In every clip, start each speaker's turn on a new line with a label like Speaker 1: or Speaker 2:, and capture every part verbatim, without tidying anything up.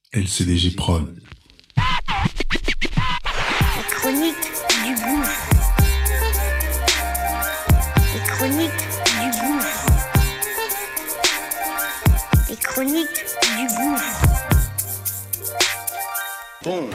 Speaker 1: L C D G Prod.
Speaker 2: Les chroniques du gouffre. Les chroniques du gouffre. Les chroniques du gouffre.
Speaker 3: Bon.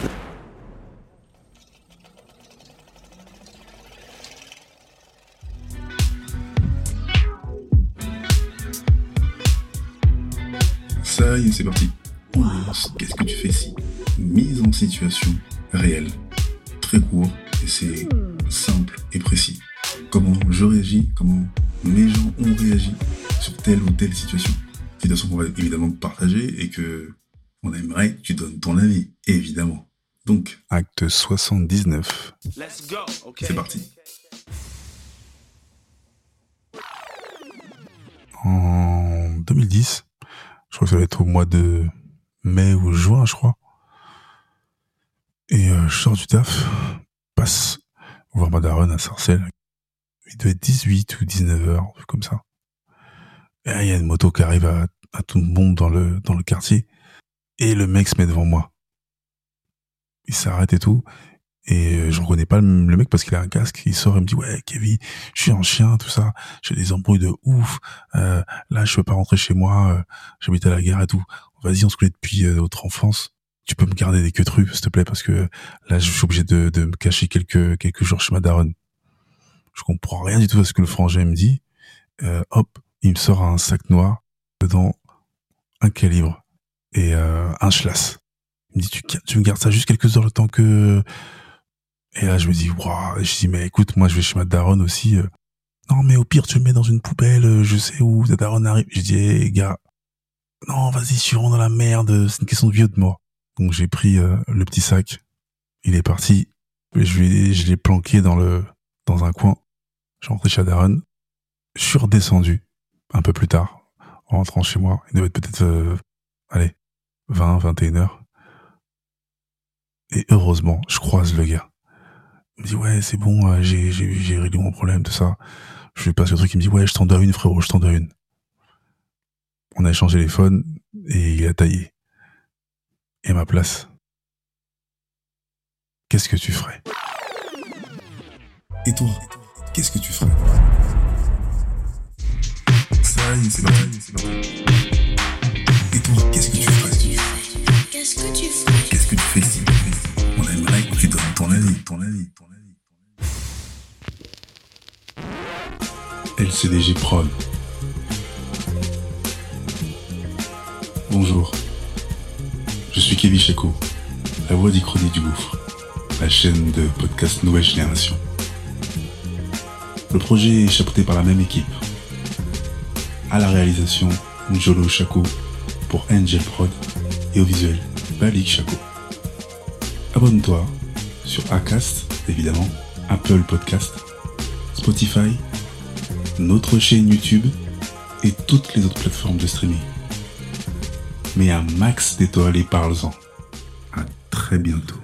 Speaker 1: Ça y est, c'est parti. On lance Qu'est-ce que tu fais si? Mise en situation réelle. Très court, et c'est simple et précis. Comment je réagis, comment mes gens ont réagi sur telle ou telle situation. Situation qu'on va évidemment partager et que on aimerait que tu donnes ton avis, évidemment. Donc, acte soixante-dix-neuf.
Speaker 3: Let's go. Okay.
Speaker 1: C'est parti. En deux mille dix, je crois que ça va être au mois de mai ou juin, je crois. Et euh, je sors du taf, passe voir ma daronne à Sarcelles. Il doit être dix-huit ou dix-neuf heures, un truc comme ça. Et il y a une moto qui arrive à, à tout le monde dans le, dans le quartier. Et le mec se met devant moi. Il s'arrête et tout. Et je reconnais pas le, le mec parce qu'il a un casque. Il sort et me dit, ouais, Kevin, je suis un chien, tout ça. J'ai des embrouilles de ouf. Euh, là, je peux pas rentrer chez moi. Euh, j'habite à la gare et tout. Vas-y, on se connaît depuis euh, notre enfance. Tu peux me garder des queutrus, s'il te plaît, parce que là, je suis obligé de, de me cacher quelques, quelques jours chez ma daronne. Je comprends rien du tout à ce que le frangin me dit. Euh, hop, il me sort un sac noir. Dedans, un calibre et euh, un schlass. Il me dit, tu, tu me gardes ça juste quelques heures le temps que... Et là, je me dis, waouh, je dis, mais écoute, moi, je vais chez ma daronne aussi. Euh, non, mais au pire, tu le mets dans une poubelle, euh, je sais où ta daronne arrive. Je dis, hé, hey, gars, non, vas-y, je suis vraiment dans la merde, c'est une question de vie ou de mort. Donc, j'ai pris euh, le petit sac, il est parti, je l'ai, je l'ai planqué dans le, dans un coin. Je suis rentré chez la daronne, je suis redescendu, un peu plus tard, en rentrant chez moi. Il devait être peut-être, euh, allez, vingt, vingt et une heures. Et heureusement, je croise le gars. Il me dit, ouais, c'est bon, euh, j'ai, j'ai, j'ai réglé mon problème, tout ça. Je lui passe le truc, il me dit, ouais, je t'en dois une, frérot, je t'en dois une. On a échangé les phones, et il a taillé. Et à ma place, qu'est-ce que tu ferais? Et toi, qu'est-ce que tu ferais? Ça y est, c'est parti, c'est parti. Et toi, qu'est-ce que tu ferais?
Speaker 2: Qu'est-ce que tu ferais?
Speaker 1: Qu'est-ce que tu fais si on aimerait que tu donnes ton avis, ton avis, ton avis. L C D G Prod. Bonjour. Je suis Kevin Chaco, la voix d'Ichronie du Gouffre, la chaîne de podcast Nouvelle Génération. Le projet est chapeauté par la même équipe. À la réalisation, Njolo Chaco pour Angel Prod et au visuel, Balik Chaco. Abonne-toi sur Acast, évidemment, Apple Podcast, Spotify, notre chaîne YouTube et toutes les autres plateformes de streaming. Mets un max d'étoiles et parle-en. À très bientôt.